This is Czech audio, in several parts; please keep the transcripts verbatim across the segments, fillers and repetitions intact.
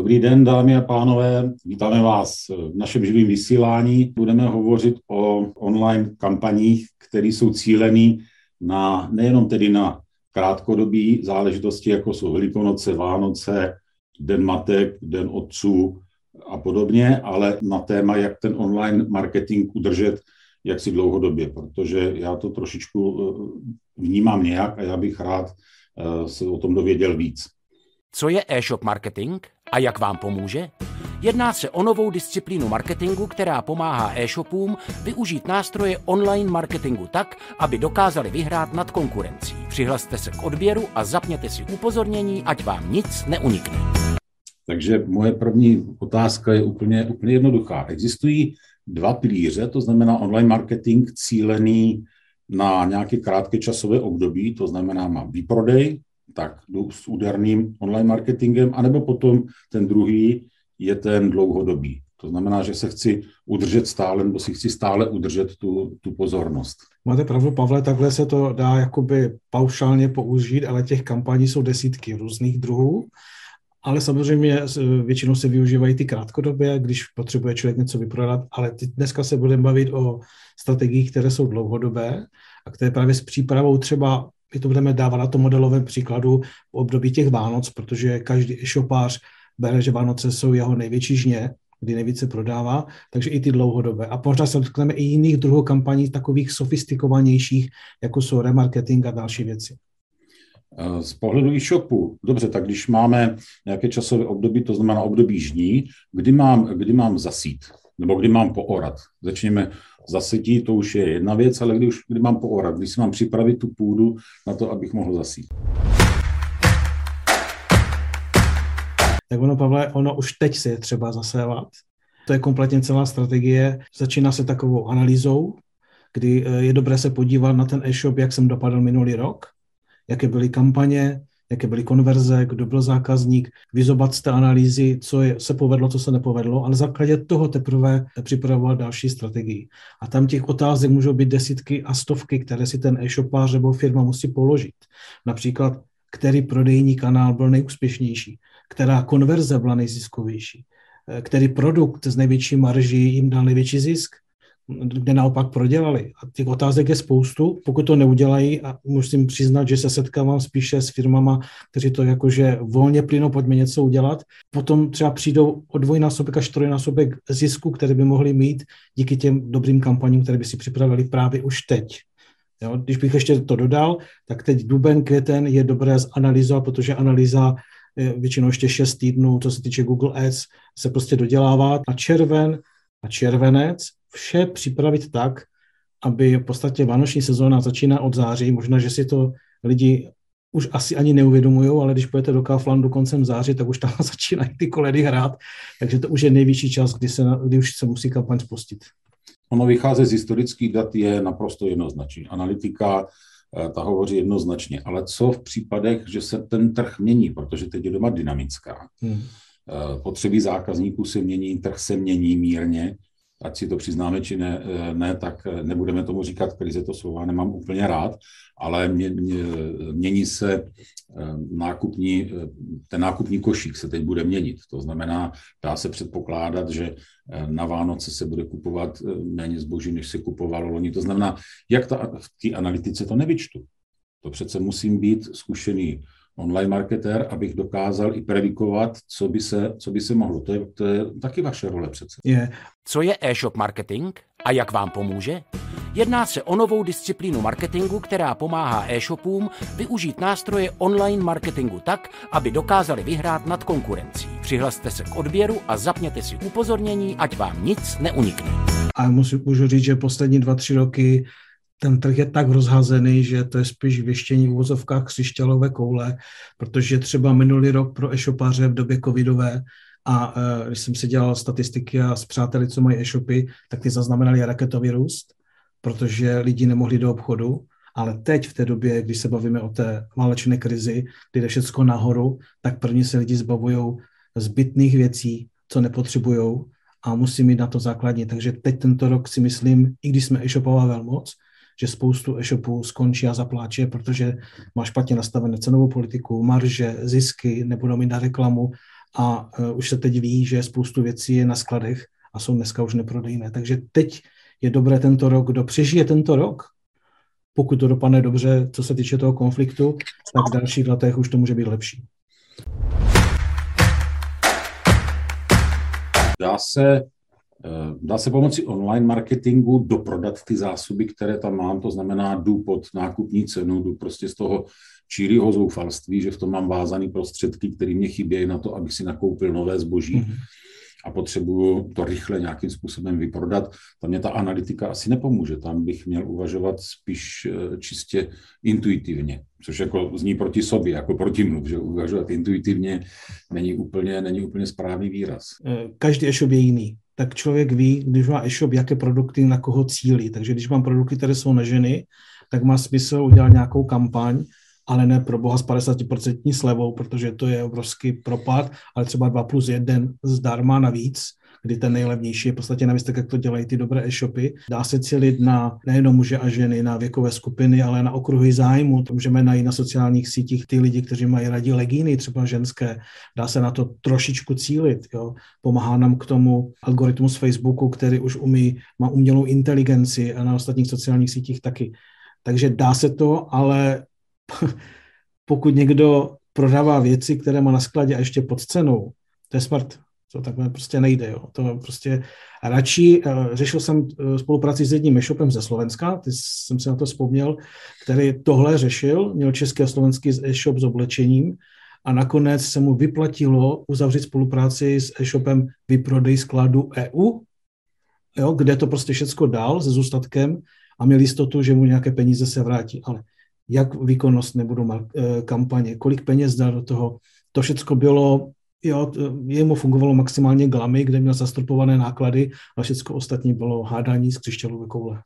Dobrý den, dámy a pánové, vítáme vás v našem živém vysílání. Budeme hovořit o online kampaních, které jsou cílené na, nejenom tedy na krátkodobé záležitosti, jako jsou Velikonoce, Vánoce, Den matek, Den otců a podobně, ale na téma, jak ten online marketing udržet jaksi dlouhodobě, protože já to trošičku vnímám nějak a já bych rád se o tom dověděl víc. Co je e-shop marketing a jak vám pomůže? Jedná se o novou disciplínu marketingu, která pomáhá e-shopům využít nástroje online marketingu tak, aby dokázali vyhrát nad konkurencí. Přihlaste se k odběru a zapněte si upozornění, ať vám nic neunikne. Takže moje první otázka je úplně, úplně jednoduchá. Existují dva pilíře, to znamená online marketing cílený na nějaké krátké časové období, to znamená mám výprodej, tak jdu s úderným online marketingem, anebo potom ten druhý je ten dlouhodobý. To znamená, že se chci udržet stále, nebo si chci stále udržet tu, tu pozornost. Máte pravdu, Pavle, takhle se to dá jakoby paušálně použít, ale těch kampaní jsou desítky různých druhů. Ale samozřejmě většinou se využívají ty krátkodobě, když potřebuje člověk něco vyprodat, ale dneska se budeme bavit o strategiích, které jsou dlouhodobé a které právě s přípravou třeba, my to budeme dávat na tom modelovém příkladu v období těch Vánoc, protože každý e-shopář bere, že Vánoce jsou jeho největší žně, kdy nejvíce prodává, takže i ty dlouhodobé. A pořád se dotkneme i jiných druhů kampaní, takových sofistikovanějších, jako jsou remarketing a další věci. Z pohledu e-shopu, dobře, tak když máme nějaké časové období, to znamená období žní, kdy mám, kdy mám zasít, nebo kdy mám poorat. Začněme zasetí, to už je jedna věc, ale kdy, už, kdy mám poorat, když si mám připravit tu půdu na to, abych mohl zasít. Tak ono, Pavle, ono už teď se je třeba zasévat. To je kompletně celá strategie. Začíná se takovou analýzou, kdy je dobré se podívat na ten e-shop, jak jsem dopadl minulý rok, jaké byly kampaně, jaké byly konverze, kdo byl zákazník, vyzobat z té analýzy, co je, se povedlo, co se nepovedlo a na základě toho teprve připravovat další strategii. A tam těch otázek můžou být desítky a stovky, které si ten e-shopář nebo firma musí položit. Například, který prodejní kanál byl nejúspěšnější, která konverze byla nejziskovější, který produkt s největší marží jim dal největší zisk, kde naopak prodělali. A těch otázek je spoustu. Pokud to neudělají, a musím přiznat, že se setkávám spíše s firmama, kteří to jakože volně plynou, pojďme něco udělat, potom třeba přijdou o dvojnásobek až trojnásobek zisku, které by mohli mít díky těm dobrým kampaním, které by si připravili právě už teď. Jo? Když bych ještě to dodal, tak teď duben, květen je dobré zanalyzovat, protože analýza většinou ještě šest týdnů, co se týče Google Ads, se prostě dodělává. A červen a červenec vše připravit tak, aby v podstatě vánoční sezóna začíná od září. Možná, že si to lidi už asi ani neuvědomují, ale když pojete do Kauflandu koncem září, tak už tam začínají ty koledy hrát. Takže to už je největší čas, kdy, se, kdy už se musí kampaň spustit. Ono vychází z historických dat je naprosto jednoznačný. Analytika ta hovoří jednoznačně. Ale co v případech, že se ten trh mění, protože teď je doma dynamická. Hmm. Potřeby zákazníků se mění, trh se mění mírně, ať si to přiznáme, či ne, ne, tak nebudeme tomu říkat krize, to slova nemám úplně rád, ale mě, mě, mění se nákupní, ten nákupní košík se teď bude měnit. To znamená, dá se předpokládat, že na Vánoce se bude kupovat méně zboží, než se kupovalo loni. To znamená, jak ta, v té analytice to nevyčtu. To přece musím být zkušený online marketér, abych dokázal i predikovat, co by se, co by se mohlo. To je, to je taky vaše role přece. Je. Co je e-shop marketing a jak vám pomůže? Jedná se o novou disciplínu marketingu, která pomáhá e-shopům využít nástroje online marketingu tak, aby dokázali vyhrát nad konkurencí. Přihlaste se k odběru a zapněte si upozornění, ať vám nic neunikne. A můžu, můžu říct, že poslední dva, tři roky ten trh je tak rozhazený, že to je spíš věštění v uvozovkách křišťálové koule, protože třeba minulý rok pro e-shopáře v době covidové a e, když jsem si dělal statistiky a s přáteli, co mají e-shopy, tak ty zaznamenali raketový růst, protože lidi nemohli do obchodu, ale teď v té době, když se bavíme o té válečné krizi, kdy jde všechno nahoru, tak první se lidi zbavují zbytných věcí, co nepotřebujou a musí mít na to základní. Takže teď tento rok si myslím, i když jsme e-shopová velmoc, že spoustu e-shopů skončí a zapláče, protože má špatně nastavenou cenovou politiku, marže, zisky, nebudou mít na reklamu a už se teď ví, že spoustu věcí je na skladech a jsou dneska už neprodejné. Takže teď je dobré tento rok, kdo přežije tento rok, pokud to dopadne dobře, co se týče toho konfliktu, tak v dalších letech už to může být lepší. Dá se, dá se pomocí online marketingu doprodat ty zásoby, které tam mám, to znamená, jdu pod nákupní cenu, jdu prostě z toho číryho zoufalství, že v tom mám vázaný prostředky, které mě chybějí na to, abych si nakoupil nové zboží. Mm-hmm. A potřebuju to rychle nějakým způsobem vyprodat, tam mě ta analytika asi nepomůže. Tam bych měl uvažovat spíš čistě intuitivně, což jako zní proti sobě, jako protimluv, že uvažovat intuitivně není úplně, není úplně správný výraz. Každý e-shop je jiný. Tak člověk ví, když má e-shop, jaké produkty na koho cílí. Takže když mám produkty, které jsou na ženy, tak má smysl udělat nějakou kampaň, ale ne pro boha s padesát procent slevou, protože to je obrovský propad, ale třeba dva plus jeden zdarma navíc, kdy ten nejlevnější je v podstatě navíc, tak jak to dělají ty dobré e-shopy. Dá se cílit na nejenom muže a ženy, na věkové skupiny, ale na okruhy zájmu. To můžeme najít na sociálních sítích ty lidi, kteří mají rádi legíny, třeba ženské. Dá se na to trošičku cílit. Jo. Pomáhá nám k tomu algoritmus Facebooku, který už umí, má umělou inteligenci a na ostatních sociálních sítích taky. Takže dá se to, ale pokud někdo prodává věci, které má na skladě a ještě pod cenou, to je smrt. To takhle prostě nejde. Jo. To prostě radši, řešil jsem spolupráci s jedním e-shopem ze Slovenska, ty jsem si na to vzpomněl, který tohle řešil, měl český a slovenský e-shop s oblečením a nakonec se mu vyplatilo uzavřít spolupráci s e-shopem vyprodej skladu E U, jo, kde to prostě všecko dal se zůstatkem a měl jistotu, že mu nějaké peníze se vrátí. Ale jak výkonnostné budou kampaně, kolik peněz dá do toho, to všecko bylo, jo, jemu fungovalo maximálně glamy, kde měl zastropované náklady a všecko ostatní bylo hádání z křišťálové koule.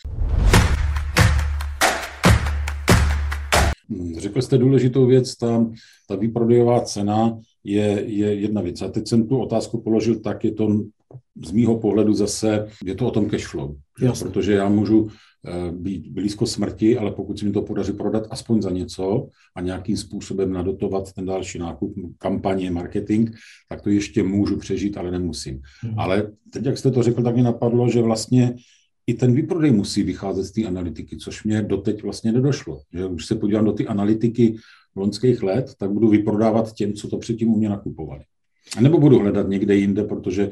Řekl jste důležitou věc, ta, ta výprodejová cena je, je jedna věc. A teď jsem tu otázku položil tak, je to z mýho pohledu zase, je to o tom cash flow. Protože já můžu být blízko smrti, ale pokud se mi to podaří prodat aspoň za něco a nějakým způsobem nadotovat ten další nákup, kampaně, marketing, tak to ještě můžu přežít, ale nemusím. Hmm. Ale teď, jak jste to řekl, tak mi napadlo, že vlastně i ten výprodej musí vycházet z té analytiky, což mě doteď vlastně nedošlo. Že když se podívám do té analytiky loňských let, tak budu vyprodávat těm, co to předtím u mě nakupovali. A nebo budu hledat někde jinde, protože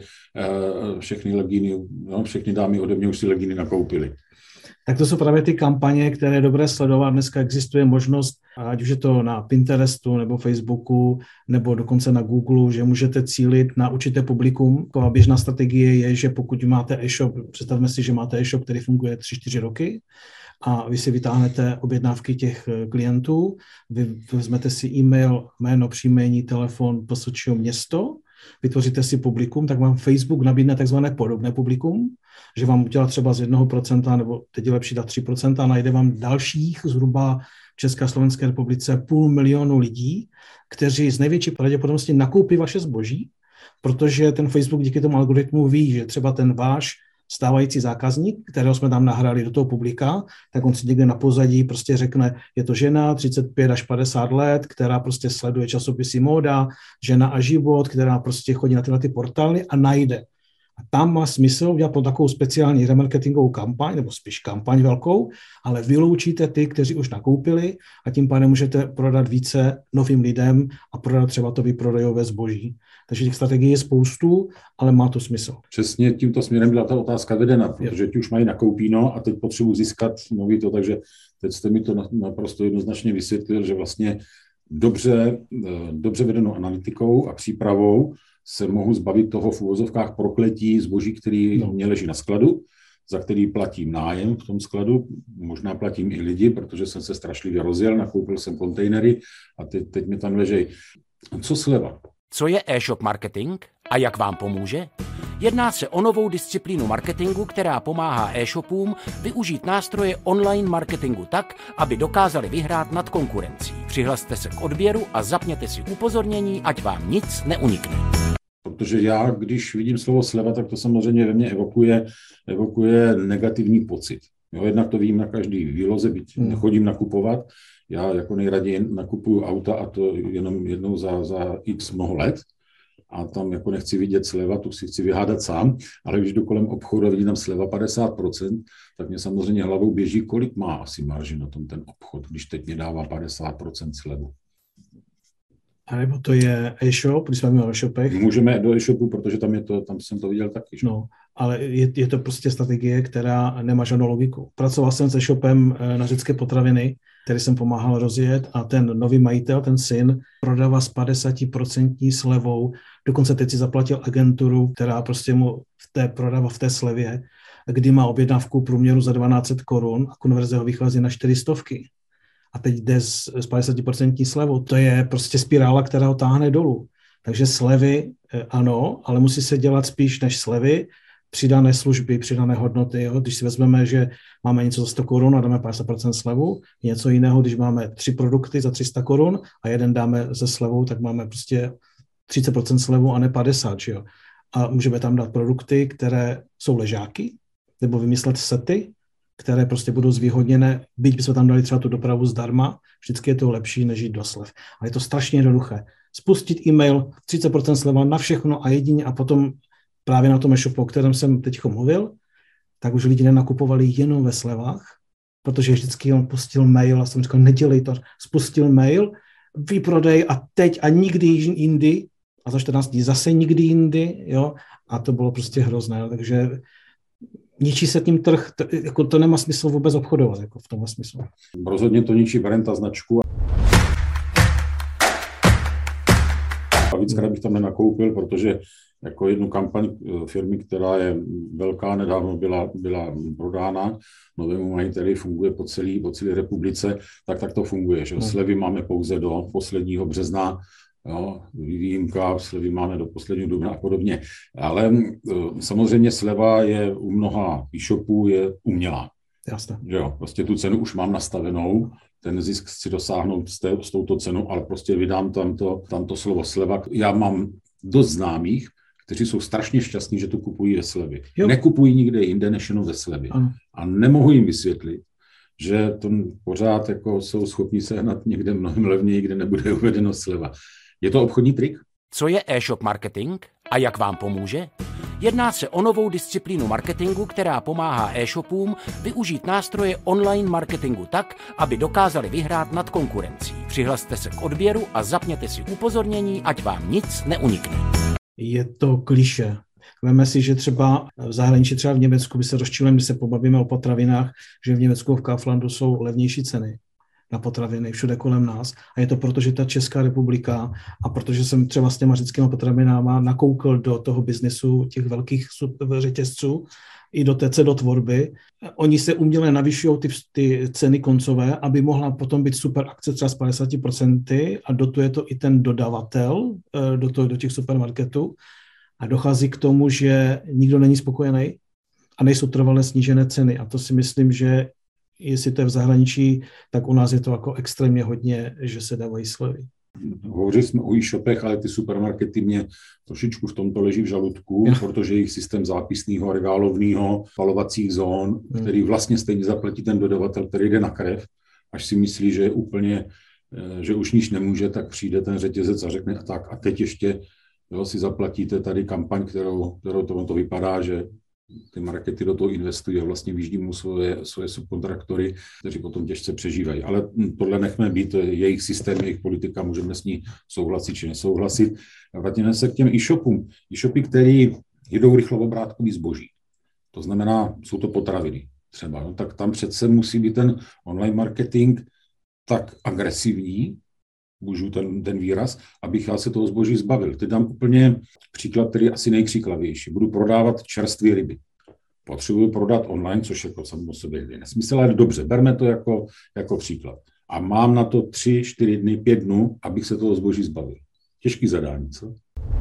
uh, všechny legíny, no, všechny dámy ode mě už si legíny nakoupily. Tak to jsou právě ty kampaně, které je dobré sledovat. Dneska existuje možnost, ať už je to na Pinterestu nebo Facebooku, nebo dokonce na Google, že můžete cílit na určité publikum. Taková běžná strategie je, že pokud máte e-shop, představme si, že máte e-shop, který funguje tři čtyři roky, a vy si vytáhnete objednávky těch klientů, vy vezmete si e-mail, jméno, příjmení, telefon, posudčího město, vytvoříte si publikum, tak vám Facebook nabídne takzvané podobné publikum, že vám udělá třeba z jednoho procenta, nebo teď je lepší dát tři procenta, a najde vám dalších zhruba v České a Slovenské republice půl milionu lidí, kteří z největší pravděpodobnosti nakoupí vaše zboží, protože ten Facebook díky tomu algoritmu ví, že třeba ten váš stávající zákazník, kterého jsme tam nahrali do toho publika, tak on si někde na pozadí prostě řekne, je to žena třicet pět až padesát let, která prostě sleduje časopisy móda, žena a život, která prostě chodí na tyhle ty portály a najde. A tam má smysl udělat po takovou speciální remarketingovou kampaň, nebo spíš kampaň velkou, ale vyloučíte ty, kteří už nakoupili a tím pádem můžete prodat více novým lidem a prodat třeba to výprodejové zboží. Takže těch strategií je spoustu, ale má to smysl. Přesně tímto směrem byla ta otázka vedena, protože ti už mají nakoupíno a teď potřebuji získat nový to, takže teď jste mi to naprosto jednoznačně vysvětlil, že vlastně dobře, dobře vedenou analytikou a přípravou se mohu zbavit toho v uvozovkách prokletí zboží, který no. mě leží na skladu, za který platím nájem v tom skladu, možná platím i lidi, protože jsem se strašlivě rozjel, nakoupil jsem kontejnery a teď, teď mi tam ležejí. Co sleva? Co je e-shop marketing a jak vám pomůže? Jedná se o novou disciplínu marketingu, která pomáhá e-shopům využít nástroje online marketingu tak, aby dokázali vyhrát nad konkurencí. Přihlaste se k odběru a zapněte si upozornění, ať vám nic neunikne. Protože já, když vidím slovo sleva, tak to samozřejmě ve mně evokuje, evokuje negativní pocit. Jo, jednak to vím na každý výloze, byť hmm. nechodím nakupovat. Já jako nejraději nakupuju auta a to jenom jednou za, za x mnoho let. a tam jako nechci vidět sleva, tu si chci vyhádat sám, ale když jdu kolem obchodu a vidím tam sleva padesát procent, tak mě samozřejmě hlavou běží, kolik má asi marži na tom ten obchod, když teď mě dává padesát procent slevu. A nebo to je e-shop, když jsme měli o e-shopech. Můžeme do e-shopu, protože tam, je to, tam jsem to viděl taky. Že? No, ale je, je to prostě strategie, která nemá žádnou logiku. Pracoval jsem s e-shopem na řecké potraviny, který jsem pomáhal rozjet a ten nový majitel, ten syn, prodává s padesát procent slevou. Dokonce teď si zaplatil agenturu, která prostě mu v té prodává v té slevě, kdy má objednávku průměru za dvanáct set korun a konverze ho vychází na čtyři stovky. A teď jde s, s padesát procent slevou. To je prostě spirála, která ho táhne dolů. Takže slevy ano, ale musí se dělat spíš než slevy, přidané služby, přidané hodnoty. Jo? Když si vezmeme, že máme něco za sto korun a dáme padesát procent slevu, něco jiného, když máme tři produkty za tři sta korun a jeden dáme ze slevou, tak máme prostě třicet procent slevu a ne padesát. Že jo? A můžeme tam dát produkty, které jsou ležáky, nebo vymyslet sety, které prostě budou zvýhodněné, byť bychom tam dali třeba tu dopravu zdarma, vždycky je to lepší, než jít do slev. Ale je to strašně jednoduché. Spustit e-mail, třicet procent sleva na všechno a jedině a potom právě na tom e-shopu, o kterém jsem teď mluvil, tak už lidi nenakupovali jenom ve slevách, protože vždycky on pustil mail a jsem říkal, nedělej to, spustil mail, výprodej a teď a nikdy jindy a za čtrnáct dní zase nikdy jindy, jo, a to bylo prostě hrozné, no, takže ničí se tím trh, to, jako to nemá smysl vůbec obchodovat, jako v tomhle smyslu. Rozhodně to ničí brand a značku. A víckrát bych tam nenakoupil, protože jako jednu kampaň firmy, která je velká, nedávno byla, byla prodána novému majiteli, funguje po celé po celé republice, tak tak to funguje. Že? Slevy máme pouze do posledního března, jo, výjimka, slevy máme do posledního dubna a podobně. Ale samozřejmě sleva je u mnoha e-shopů je umělá. Jasně. Jo, prostě tu cenu už mám nastavenou, ten zisk chci dosáhnout s, té, s touto cenou, ale prostě vydám tam to, tam to slovo sleva. Já mám dost známých, kteří jsou strašně šťastní, že to kupují ve slevě. Jo. Nekupují nikde jinde, než jenom ve slevě. Ano. A nemohu jim vysvětlit, že to pořád jako jsou schopni sehnat někde mnohem levněji, kde nebude uvedeno sleva. Je to obchodní trik? Co je e-shop marketing a jak vám pomůže? Jedná se o novou disciplínu marketingu, která pomáhá e-shopům využít nástroje online marketingu tak, aby dokázali vyhrát nad konkurencí. Přihlaste se k odběru a zapněte si upozornění, ať vám nic neunikne. Je to klišé. Veme si, že třeba v zahraničí, třeba v Německu, by se rozčilem, když se pobavíme o potravinách, že v Německu v Kauflandu jsou levnější ceny na potraviny všude kolem nás. A je to proto, že ta Česká republika a protože jsem třeba s těma řeckými potravinama nakoukl do toho biznesu těch velkých řetězců i do té cenotvorby, oni se uměle navyšují ty, ty ceny koncové, aby mohla potom být super akce třeba z padesát procent a dotuje to i ten dodavatel do, to, do těch supermarketů a dochází k tomu, že nikdo není spokojený a nejsou trvalé snížené ceny. A to si myslím, že jestli to je v zahraničí, tak u nás je to jako extrémně hodně, že se dávají slevy. Hovořili jsme o e-shopech, ale ty supermarkety mě trošičku v tomto leží v žaludku, no. Protože jejich systém zápisného, regálovného, spalovacích zón, hmm. který vlastně stejně zaplatí ten dodavatel, který jde na krev, až si myslí, že je úplně, že už níž nemůže, tak přijde ten řetězec a řekne a tak a teď ještě jo, si zaplatíte tady kampaň, kterou, kterou to, to vypadá, že ty markety do toho investují a vlastně vyždí mu svoje, svoje subkontraktory, kteří potom těžce přežívají. Ale tohle nechme být, jejich systém, jejich politika, můžeme s ní souhlasit či nesouhlasit. Vrátíme se k těm e-shopům. E-shopy, které jdou rychlovobrátkový zboží. To znamená, jsou to potraviny třeba. No, tak tam přece musí být ten online marketing tak agresivní, můžu ten, ten výraz, abych já se toho zboží zbavil. Teď dám úplně příklad, který je asi nejkřiklavější. Budu prodávat čerstvé ryby. Potřebuji prodat online, což jako samo sobě je nesmysl, ale dobře, berme to jako, jako příklad. A mám na to tři, čtyři dny, pět dnů, abych se toho zboží zbavil. Těžký zadání, co?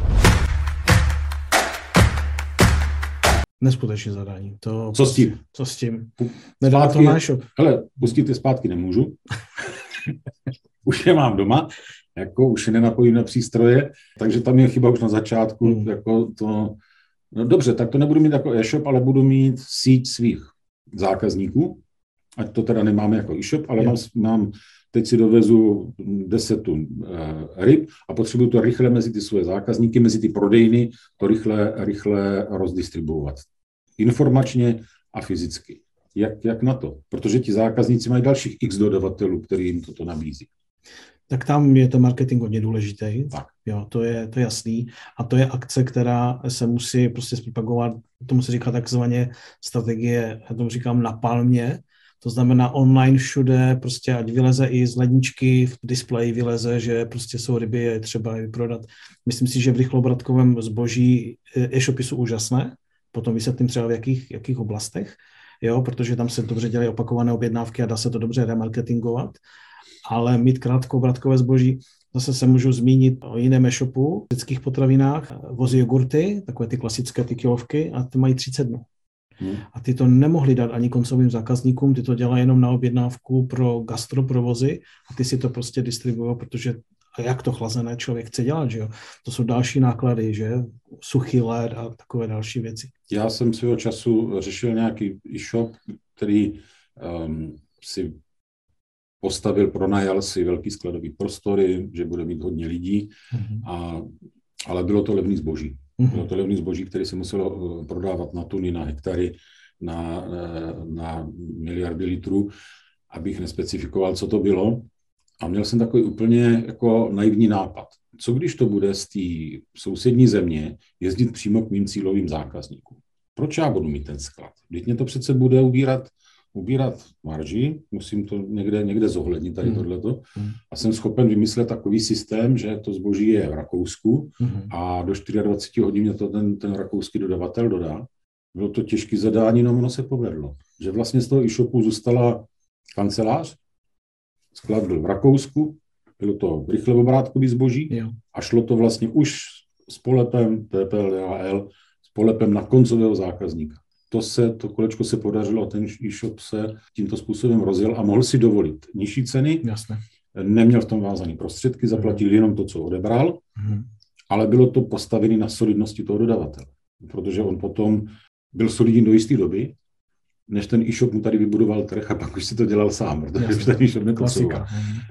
Neskutečné zadání. To, co s tím? Co s tím? Nedá to na e-shop. Hele, pustit je zpátky nemůžu. Už je mám doma, jako už je nenapojím na přístroje, takže tam je chyba už na začátku. Hmm. Jako to, no dobře, tak to nebudu mít jako e-shop, ale budu mít síť svých zákazníků ať to teda nemáme jako e-shop, ale mám, mám, teď si dovezu deset tun e, ryb a potřebuju to rychle mezi ty své zákazníky, mezi ty prodejny, to rychle, rychle rozdistribuovat. Informačně a fyzicky. Jak, jak na to? Protože ti zákazníci mají dalších x dodavatelů, který jim toto nabízí. Tak tam je to marketing hodně důležitý. Tak. Jo, to je, to je jasný. A to je akce, která se musí prostě zpropagovat, tomu se říká takzvaně strategie, já tomu říkám na palmě, to znamená online všude, prostě ať vyleze i z ledničky, v displeji vyleze, že prostě jsou ryby, je třeba je prodat. Myslím si, že v rychlobratkovém zboží e-shopy jsou úžasné, potom vysvětlím třeba v jakých, jakých oblastech, jo, protože tam se dobře dělají opakované objednávky a dá se to dobře remarketingovat, ale mít krátkobratkové zboží, zase se můžu zmínit o jiném e-shopu, v dětských potravinách, vozí jogurty, takové ty klasické ty kilovky a ty mají třicet dnů. Hmm. A ty to nemohli dát ani koncovým zákazníkům, ty to dělají jenom na objednávku pro gastroprovozy a ty si to prostě distribuují, protože a jak to chlazené člověk chce dělat, že jo? To jsou další náklady, že? Suchý led a takové další věci. Já jsem svého času řešil nějaký e-shop, který um, si postavil, pronajal si velký skladový prostory, že bude mít hodně lidí, mm-hmm. a, ale bylo to levný zboží. Mm-hmm. Bylo to levný zboží, který se muselo prodávat na tuny, na hektary, na, na miliardy litrů, abych nespecifikoval, co to bylo. A měl jsem takový úplně jako naivní nápad. Co když to bude z té sousední země jezdit přímo k mým cílovým zákazníkům? Proč já budu mít ten sklad? Vždyť mě to přece bude ubírat, ubírat marži, musím to někde, někde zohlednit tady mm. tohleto. Mm. A jsem schopen vymyslet takový systém, že to zboží je v Rakousku mm. a do dvacet čtyři hodin mě to ten, ten rakouský dodavatel dodá. Bylo to těžké zadání, no ono se povedlo. Že vlastně z toho e-shopu zůstala kancelář, sklad byl v Rakousku, bylo to rychle obrátkový zboží jo. A šlo to vlastně už s polepem P P L D H L, s polepem na koncového zákazníka. To se, to kolečko se podařilo, ten e-shop se tímto způsobem rozjel a mohl si dovolit nižší ceny. Jasné. Neměl v tom vázaný prostředky, zaplatil mm. jenom to, co odebral, mm. ale bylo to postavené na solidnosti toho dodavatele. Protože on potom byl solidní do jisté doby, než ten e-shop mu tady vybudoval trh a pak už si to dělal sám, protože už ten e-shop nepotřeboval.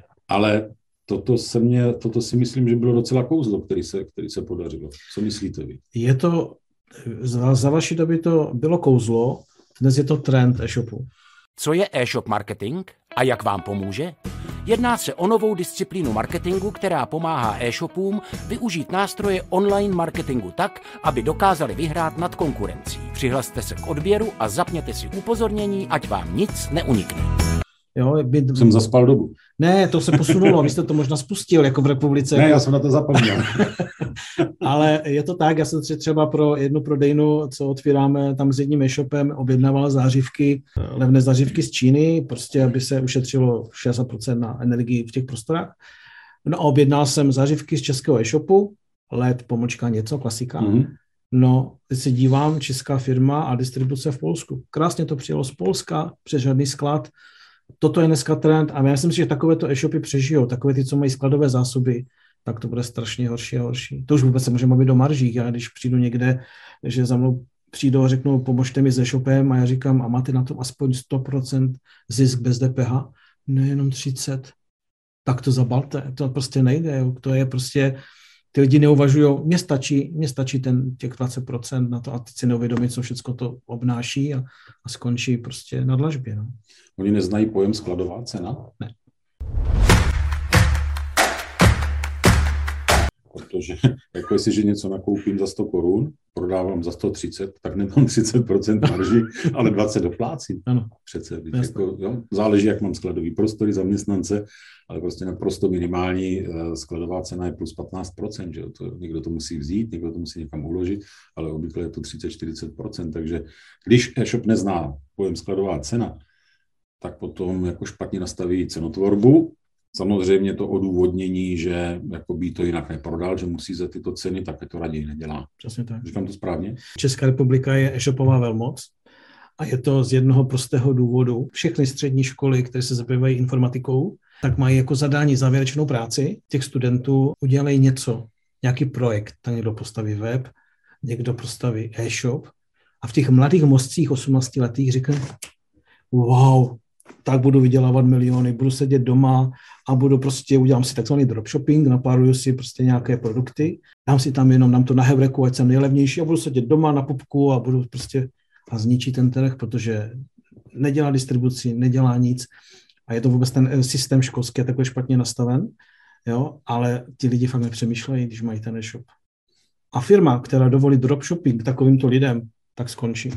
Ale toto, se mě, toto si myslím, že bylo docela kouzlo, který se, který se podařilo. Co myslíte vy? Je to, za, za vaší doby to bylo kouzlo, dnes je to trend e-shopu. Co je e-shop marketing a jak vám pomůže? Jedná se o novou disciplínu marketingu, která pomáhá e-shopům využít nástroje online marketingu tak, aby dokázali vyhrát nad konkurencí. Přihlaste se k odběru a zapněte si upozornění, ať vám nic neunikne. Jo, by... Jsem zaspal dobu. Ne, to se posunulo, vy jste to možná spustil jako v republice. Ne, já jsem na to zapomněl. Ale je to tak, já jsem třeba pro jednu prodejnu, co otvíráme tam s jedním e-shopem, objednával zářivky, levné zářivky z Číny, prostě aby se ušetřilo šedesát procent na energii v těch prostorách. No a objednal jsem zářivky z českého e-shopu, L E D, pomlčka, něco, klasika. Mm-hmm. No, teď se dívám, česká firma a distribuce v Polsku. Krásně to přijelo z Polska, přes žádný sklad. Toto je dneska trend a já myslím si, že takovéto e-shopy přežijou, takové ty, co mají skladové zásoby, tak to bude strašně horší a horší. To už vůbec se může mluvit o maržích. Já když přijdu někde, že za mnou přijdou a řeknou, pomožte mi s e-shopem a já říkám, a máte na tom aspoň sto procent zisk bez D P H? Nejenom třicet. Tak to zabalte. To prostě nejde. Jo. To je prostě, ty lidi neuvažují, mně stačí, mně stačí ten, těch dvacet procent na to a teď si neuvědomit, co všechno to obnáší a, a skončí prostě na dlažbě. No. Oni neznají pojem skladová cena? Ne. Protože jako jestliže něco nakoupím za sto korun, prodávám za sto třicet, tak nemám třicet procent marži, ale dvacet doplácím. Ano. Přece, jako, jo, záleží, jak mám skladový prostory, zaměstnance, ale prostě naprosto minimální skladová cena je plus patnáct procent, že to, někdo to musí vzít, někdo to musí někam uložit, ale obvykle je to třicet až čtyřicet procent, takže když e-shop nezná pojem skladová cena, tak potom jako špatně nastaví cenotvorbu. Samozřejmě to odůvodnění, že jako by to jinak neprodal, že musí za tyto ceny, tak to raději nedělá. Přesně tak. Říkám to správně? Česká republika je e-shopová velmoc a je to z jednoho prostého důvodu. Všechny střední školy, které se zabývají informatikou, tak mají jako zadání závěrečnou práci těch studentů, udělají něco, nějaký projekt, tak někdo postaví web, někdo postaví e-shop a v těch mladých mozcích osmnáctiletých říkají, wow, tak budu vydělávat miliony, budu sedět doma a budu prostě, udělám si takzvaný dropshopping, napáruju si prostě nějaké produkty, dám si tam jenom, dám to na Heureku, ať jsem nejlevnější a budu sedět doma na pupku a budu prostě a zničí ten trh, protože nedělá distribuci, nedělá nic a je to vůbec ten systém školský takhle špatně nastaven, jo, ale ti lidi fakt nepřemýšlejí, když mají ten e-shop. A firma, která dovolí dropshopping takovýmto lidem, tak skončí.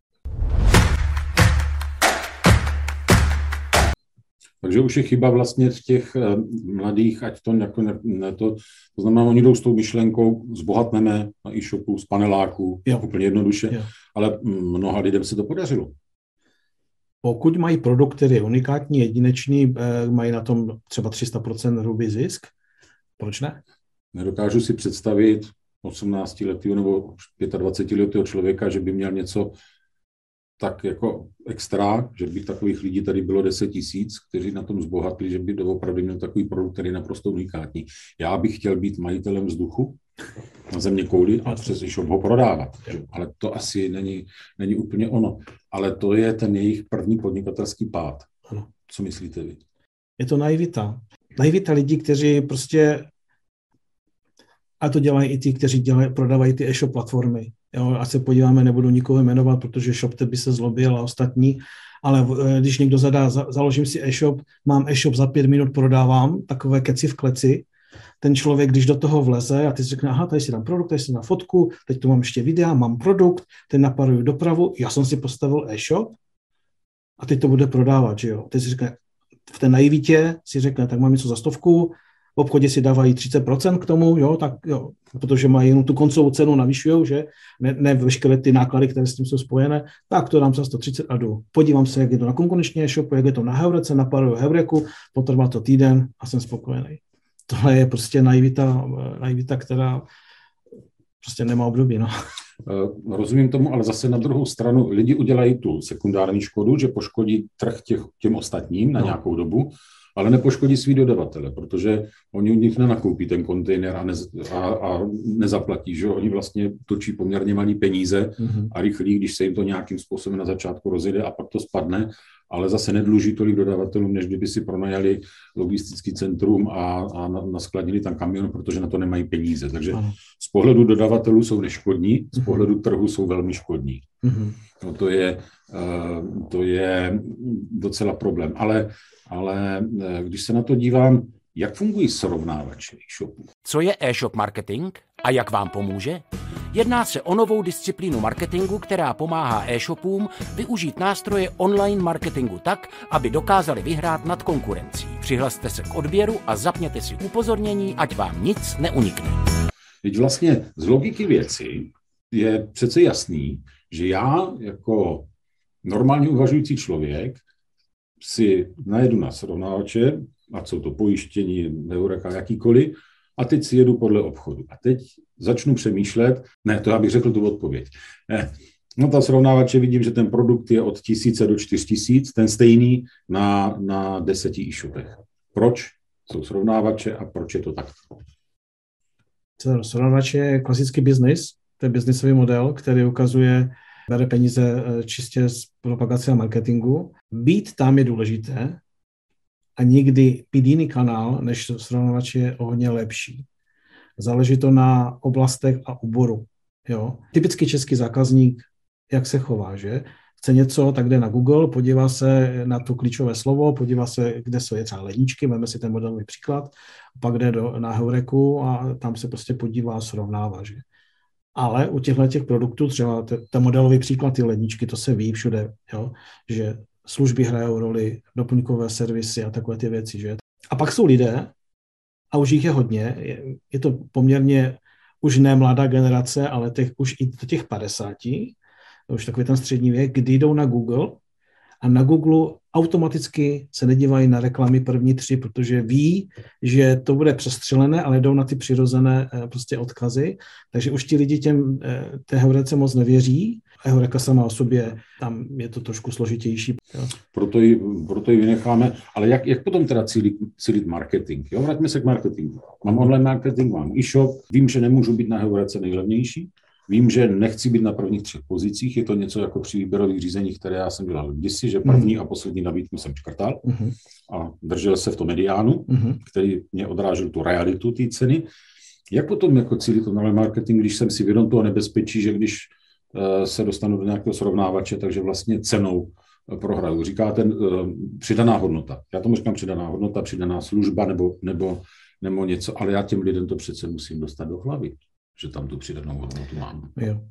Takže už je chyba vlastně v těch mladých, ať to jako ne, ne to, to znamená, oni jdou s tou myšlenkou, zbohatneme na e-shopu, z paneláků, jo. Úplně jednoduše, jo. Ale mnoha lidem se to podařilo. Pokud mají produkt, který je unikátní, jedinečný, mají na tom třeba tři sta procent hrubý zisk, proč ne? Nedokážu si představit osmnáctiletého nebo dvacetiletého člověka, že by měl něco tak jako extra, že by takových lidí tady bylo deset tisíc, kteří na tom zbohatli, že by doopravdy měl takový produkt, který je naprosto unikátní. Já bych chtěl být majitelem vzduchu na země kouli a přes e-shop ho prodávat. Ale to asi není, není úplně ono. Ale to je ten jejich první podnikatelský pád. Ano. Co myslíte vy? Je to naivita. Naivita lidí, kteří prostě, a to dělají i ty, kteří dělají, prodávají ty e-shop platformy. Jo, ať se podíváme, nebudu nikoho jmenovat, protože ShopTet by se zlobil a ostatní, ale když někdo zadá, založím si e-shop, mám e-shop za pět minut, prodávám, takové keci v kleci, ten člověk, když do toho vleze a ty si řekne, aha, tady si dám produkt, tady si dám fotku, teď tu mám ještě videa, mám produkt, teď naparuju dopravu, já jsem si postavil e-shop a teď to bude prodávat, že jo. Teď si řekne, v té naivitě si řekne, tak mám něco za stovku, v obchodě si dávají třicet procent k tomu, jo, tak jo, protože mají jenom tu koncovou cenu navyšujou, že ne, ne veškeré ty náklady, které s tím jsou spojené, tak to dám za sto třicet a jdu. Podívám se, jak je to na konkurenční e-shopu, jak je to na Heurece, naparuju Heureku, potrvá to týden a jsem spokojený. Tohle je prostě naivita, naivita, která prostě nemá období, no. Rozumím tomu, ale zase na druhou stranu lidi udělají tu sekundární škodu, že poškodí trh těch, těm ostatním na no. nějakou dobu, ale nepoškodí svý dodavatele, protože oni u nich nenakoupí ten kontejner a, ne, a, a nezaplatí, že oni vlastně točí poměrně malý peníze mm-hmm. a rychlí, když se jim to nějakým způsobem na začátku rozjede a pak to spadne, ale zase nedluží tolik dodavatelům, než kdyby si pronajali logistický centrum a, a naskladnili tam kamion, protože na to nemají peníze. Takže ano. z pohledu dodavatelů jsou neškodní, z pohledu trhu jsou velmi škodní. Mm-hmm. No to je, uh, to je docela problém. Ale, ale uh, když se na to dívám, jak fungují srovnávače e-shopu? Co je e-shop marketing a jak vám pomůže? Jedná se o novou disciplínu marketingu, která pomáhá e-shopům využít nástroje online marketingu tak, aby dokázali vyhrát nad konkurencí. Přihlaste se k odběru a zapněte si upozornění, ať vám nic neunikne. Teď vlastně z logiky věci je přece jasný, že já jako normálně uvažující člověk si najedu na srovnávače, ať jsou to pojištění, Heureka, jakýkoliv, a teď si jedu podle obchodu. A teď začnu přemýšlet, ne, to já bych řekl tu odpověď. Ne. No ta srovnávače vidím, že ten produkt je od tisíce do čtyř tisíc, ten stejný na, na deseti e-shopech. Proč jsou srovnávače a proč je to takto? Srovnávač je klasický biznis, to je biznisový model, který ukazuje, bere peníze čistě z propagace a marketingu. Být tam je důležité a nikdy být jiný kanál než srovnávač je o hodně lepší. Záleží to na oblastech a oboru. Jo? Typický český zákazník, jak se chová, že? Chce něco, tak jde na Google, podívá se na to klíčové slovo, podívá se, kde jsou je třeba ledničky, máme si ten modelový příklad, pak jde do, na Heureku a tam se prostě podívá a srovnává, že? Ale u těchto těch produktů, třeba ten modelový příklad, ty ledničky, to se ví všude, jo? Že služby hrajou roli, doplňkové servisy a takové ty věci, že? A pak jsou lidé, a už jich je hodně, je, je to poměrně už ne mladá generace, ale těch, už i do těch padesáti, už takový ten střední věk, kdy jdou na Google a na Google automaticky se nedívají na reklamy první tři, protože ví, že to bude přestřelené, ale jdou na ty přirozené prostě odkazy, takže už ti lidi těm té Heurece moc nevěří. Heureka sama o sobě, tam je to trošku složitější. Jo. Proto ji, proto ji vynecháme, ale jak, jak potom teda cílit, cílit marketing? Jo, vraťme se k marketingu. Mám online marketing, mám e-shop, vím, že nemůžu být na Heurece nejlevnější, Vím, že nechci být na prvních třech pozicích, je to něco jako při výběrových řízeních, které já jsem dělal kdysi, že první mm. a poslední nabídku jsem škrtal mm. a držel se v tom mediánu, mm. který mě odrážel tu realitu té ceny. Jak potom jako cílit to online marketing, když jsem si vědom toho nebezpečí, že když uh, se dostanu do nějakého srovnávače, takže vlastně cenou uh, prohraju. Říká ten uh, přidaná hodnota. Já tomu říkám přidaná hodnota, přidaná služba nebo, nebo, nebo něco, ale já těm lidem to přece musím dostat do hlavy, že tam tu přidanou hodnotu mám. Jo.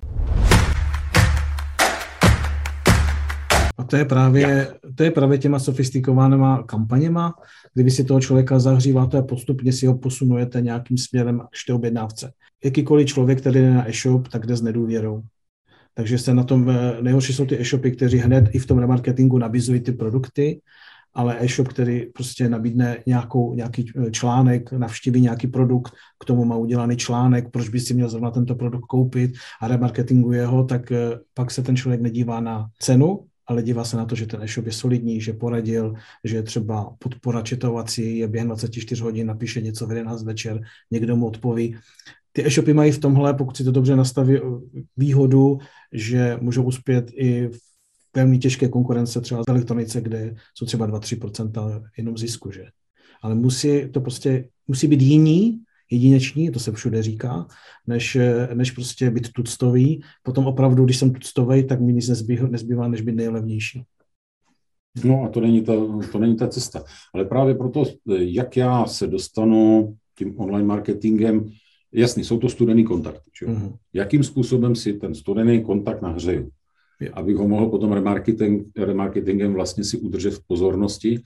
A to je právě, to je právě těma sofistikovanýma kampaněma, kdyby si toho člověka zahříváte a postupně si ho posunujete nějakým směrem k té objednávce. Jakýkoliv člověk, který jde na e-shop, tak jde s nedůvěrou. Takže se na tom, nejhorší jsou ty e-shopy, kteří hned i v tom remarketingu nabízují ty produkty, ale e-shop, který prostě nabídne nějakou, nějaký článek, navštíví nějaký produkt, k tomu má udělaný článek, proč by si měl zrovna tento produkt koupit a remarketinguje ho, tak pak se ten člověk nedívá na cenu, ale dívá se na to, že ten e-shop je solidní, že poradil, že třeba podpora četovací je během dvacet čtyři hodin, napíše něco v jedenáct večer, někdo mu odpoví. Ty e-shopy mají v tomhle, pokud si to dobře nastaví, výhodu, že můžou uspět i v velmi těžké konkurence třeba v elektronice, kde jsou třeba dva až tři procenta jenom zisku, že? Ale musí to prostě, musí být jiní, jedineční, to se všude říká, než, než prostě být tuctový. Potom opravdu, když jsem tuctový, tak mi nic nezbývá, nezbývá, než být nejlevnější. No a to není, ta, to není ta cesta. Ale právě proto, jak já se dostanu tím online marketingem, jasný, jsou to studený kontakty. Uh-huh. Jakým způsobem si ten studený kontakt nahřeju? Yeah. Abych ho mohl potom remarketing, remarketingem vlastně si udržet v pozornosti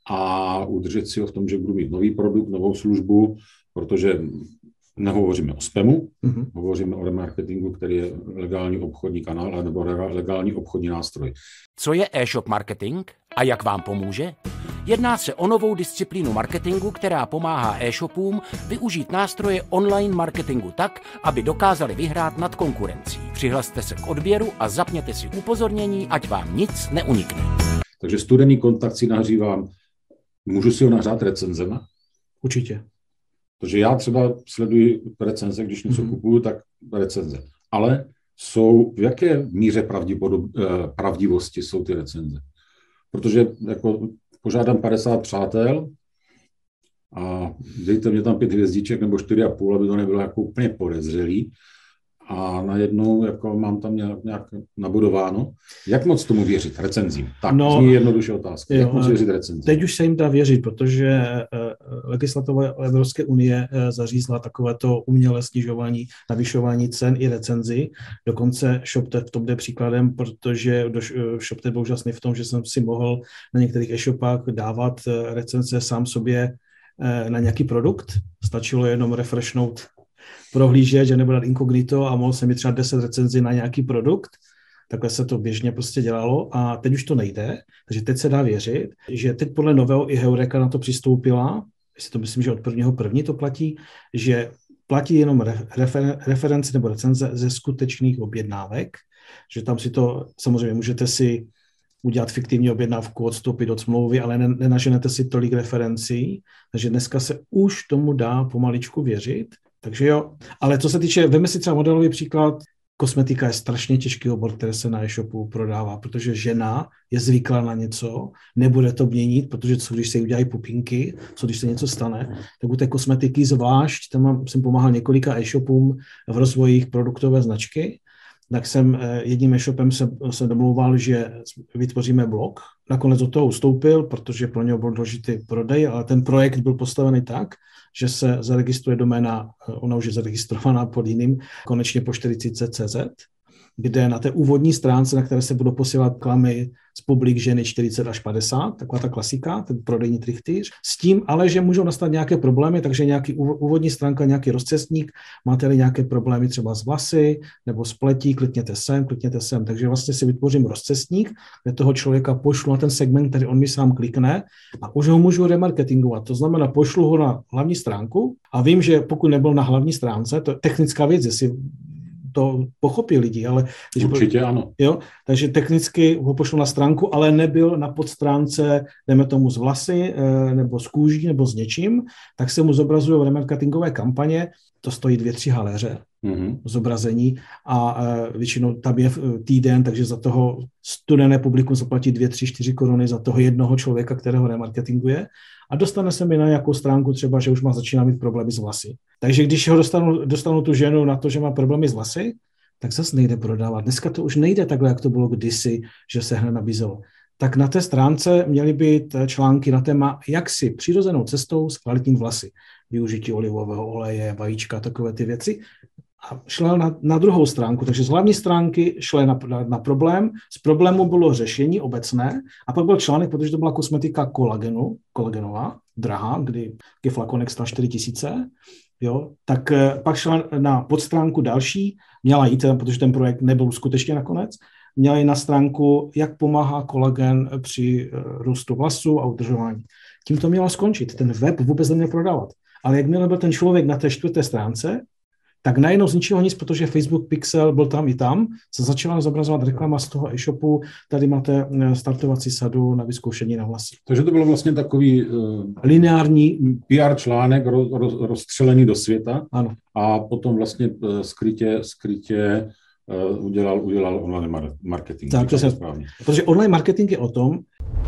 a udržet si ho v tom, že budu mít nový produkt, novou službu, protože nehovoříme o spamu, uh-huh. hovoříme o remarketingu, který je legální obchodní kanál nebo legální obchodní nástroj. Co je e-shop marketing a jak vám pomůže? Jedná se o novou disciplínu marketingu, která pomáhá e-shopům využít nástroje online marketingu tak, aby dokázali vyhrát nad konkurencí. Přihlaste se k odběru a zapněte si upozornění, ať vám nic neunikne. Takže studený kontakt si nahřívám. Můžu si ho nahřát recenzema? Určitě. Protože já třeba sleduji recenze, když něco mm-hmm. kupuju, tak recenze. Ale jsou, v jaké míře pravdivosti jsou ty recenze? Protože jako požádám padesát přátel a dejte mě tam pět hvězdiček nebo čtyři a půl, aby to nebylo jako úplně podezřelý. A najednou jako mám tam nějak, nějak nabudováno. Jak moc tomu věřit recenzím? Tak, no, zní jednoduše otázka. Jak jo, moc věřit recenzím? Teď už se jim dá věřit, protože legislativa Evropské unie zařízla takovéto umělé snižování, navyšování cen i recenzí. Dokonce ShopTet v tom jde příkladem, protože ShopTet byl úžasný v tom, že jsem si mohl na některých e-shopách dávat recenze sám sobě na nějaký produkt. Stačilo jenom refreshnout prohlížet, že nebude inkognito a mohl jsem mít třeba deset recenzí na nějaký produkt. Takhle se to běžně prostě dělalo a teď už to nejde, takže teď se dá věřit, že teď podle nového i Heureka na to přistoupila, jestli to myslím, že od prvního první to platí, že platí jenom refer, reference nebo recenze ze skutečných objednávek, že tam si to, samozřejmě můžete si udělat fiktivní objednávku, odstoupit od smlouvy, ale nenaženete si tolik referencí, takže dneska se už tomu dá pomaličku věřit. Takže jo, ale co se týče, veme si třeba modelový příklad, kosmetika je strašně těžký obor, který se na e-shopu prodává, protože žena je zvyklá na něco, nebude to měnit, protože co když se udělají pupinky, co když se něco stane, tak u té kosmetiky zvlášť, tam jsem pomáhal několika e-shopům v rozvoji jejich produktové značky, tak jsem jedním e-shopem se, se domlouval, že vytvoříme blog. Nakonec od toho ustoupil, protože pro něho byl důležitý prodej, ale ten projekt byl postavený tak, že se zaregistruje doména, ona už je zaregistrovaná pod jiným, konečně po čtyřicet tečka cé zet, kde na té úvodní stránce, na které se budou posílat klamy z publik ženy čtyřicet až padesát, taková ta klasika, ten prodejní trichtýř, s tím ale, že můžou nastat nějaké problémy, takže nějaký úvodní stránka, nějaký rozcestník, máte-li nějaké problémy třeba s vlasy nebo s pletí, klikněte sem, klikněte sem, takže vlastně si vytvořím rozcestník, kde toho člověka pošlu na ten segment, který on mi sám klikne a už ho můžu remarketingovat, to znamená pošlu ho na hlavní stránku a vím, že pokud nebyl na hlavní stránce, to je technická věc, jestli to pochopí lidi, ale... Když Určitě ano. Jo, takže technicky ho pošlu na stránku, ale nebyl na podstránce, dejme tomu z vlasy, nebo z kůží, nebo s něčím, tak se mu zobrazují remarketingové kampaně, to stojí dvě, tři haléře. mm-hmm. zobrazení a většinou tam je týden, takže za toho studené publikum zaplatí dvě, tři, čtyři koruny za toho jednoho člověka, kterého remarketinguje a dostane se mi na nějakou stránku třeba, že už má začíná mít problémy s vlasy. Takže když ho dostanu, dostanu tu ženu na to, že má problémy s vlasy, tak zase nejde prodávat. Dneska to už nejde takhle, jak to bylo kdysi, že se hned nabízelo. Tak na té stránce měly být články na téma, jak si přirozenou cestou zkvalitnit vlasy. Využití olivového oleje, vajíčka, takové ty věci. A šla na, na druhou stránku, takže z hlavní stránky šla na, na, na problém. Z problému bylo řešení obecné a pak byl článek, protože to byla kosmetika kolagenu, kolagenová, drahá, kdy je flakonek stál čtyři tisíce, jo, tak pak šla na podstránku další, měla jít, protože ten projekt nebyl skutečně nakonec, měla jít na stránku, jak pomáhá kolagen při růstu vlasů a udržování. Tím to mělo skončit. Ten web vůbec neměl prodávat. Ale jakmile byl ten člověk na té čtvrté stránce, tak najednou z ničeho nic, protože Facebook Pixel byl tam i tam, se začala zobrazovat reklama z toho e-shopu, tady máte startovací sadu na vyzkoušení na vlasy. Takže to bylo vlastně takový uh, lineární P R článek roz, roz, rozstřelený do světa. Ano. A potom vlastně uh, skrytě, skrytě uh, udělal, udělal online marketing. Tak, to se, protože online marketing je o tom,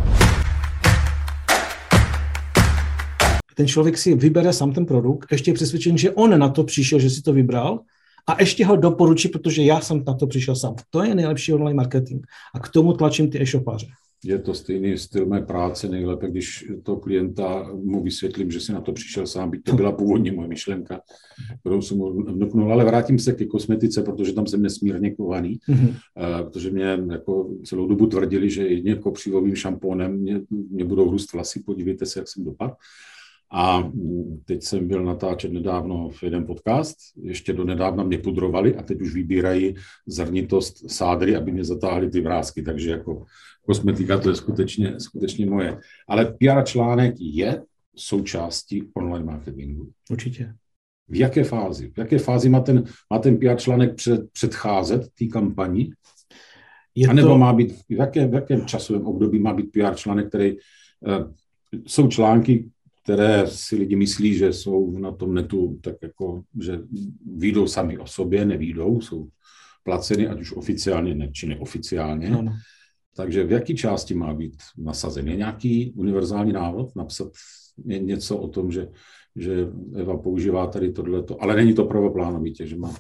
ten člověk si vybere sám ten produkt, ještě je přesvědčen, že on na to přišel, že si to vybral a ještě ho doporučí, protože já jsem na to přišel sám. To je nejlepší online marketing a k tomu tlačím ty e-shopáře. Je to stejný styl mé práce, nejlépe, když to klienta mu vysvětlím, že si na to přišel sám, byť to byla původně moje myšlenka, kterou jsem mu vnuknul, ale vrátím se ke kosmetice, protože tam jsem nesmírně kovaný, mm-hmm. protože mě jako celou dobu tvrdili, že jedně kopřivovým šampónem mě, mě budou růst vlasy, podívejte se, jak jsem dopadl. A teď jsem byl natáčet nedávno v jeden podcast, ještě do nedávna mě pudrovali a teď už vybírají zrnitost sádry, aby mě zatáhli ty vrásky, takže jako kosmetika to je skutečně, skutečně moje. Ale P R článek je součástí online marketingu. Určitě. V jaké fázi? V jaké fázi má ten, má ten P R článek před, předcházet té kampani? Je a nebo to... má být, v, jaké, v jakém časovém období má být P R článek, který uh, jsou články, které si lidi myslí, že jsou na tom netu tak jako, že vyjdou sami o sobě, nevyjdou, jsou placeny, ať už oficiálně, ne, či neoficiálně. No, no. Takže v jaké části má být nasazen? Je nějaký univerzální návod napsat něco o tom, že, že Eva používá tady tohleto, ale není to prvoplánový, že má...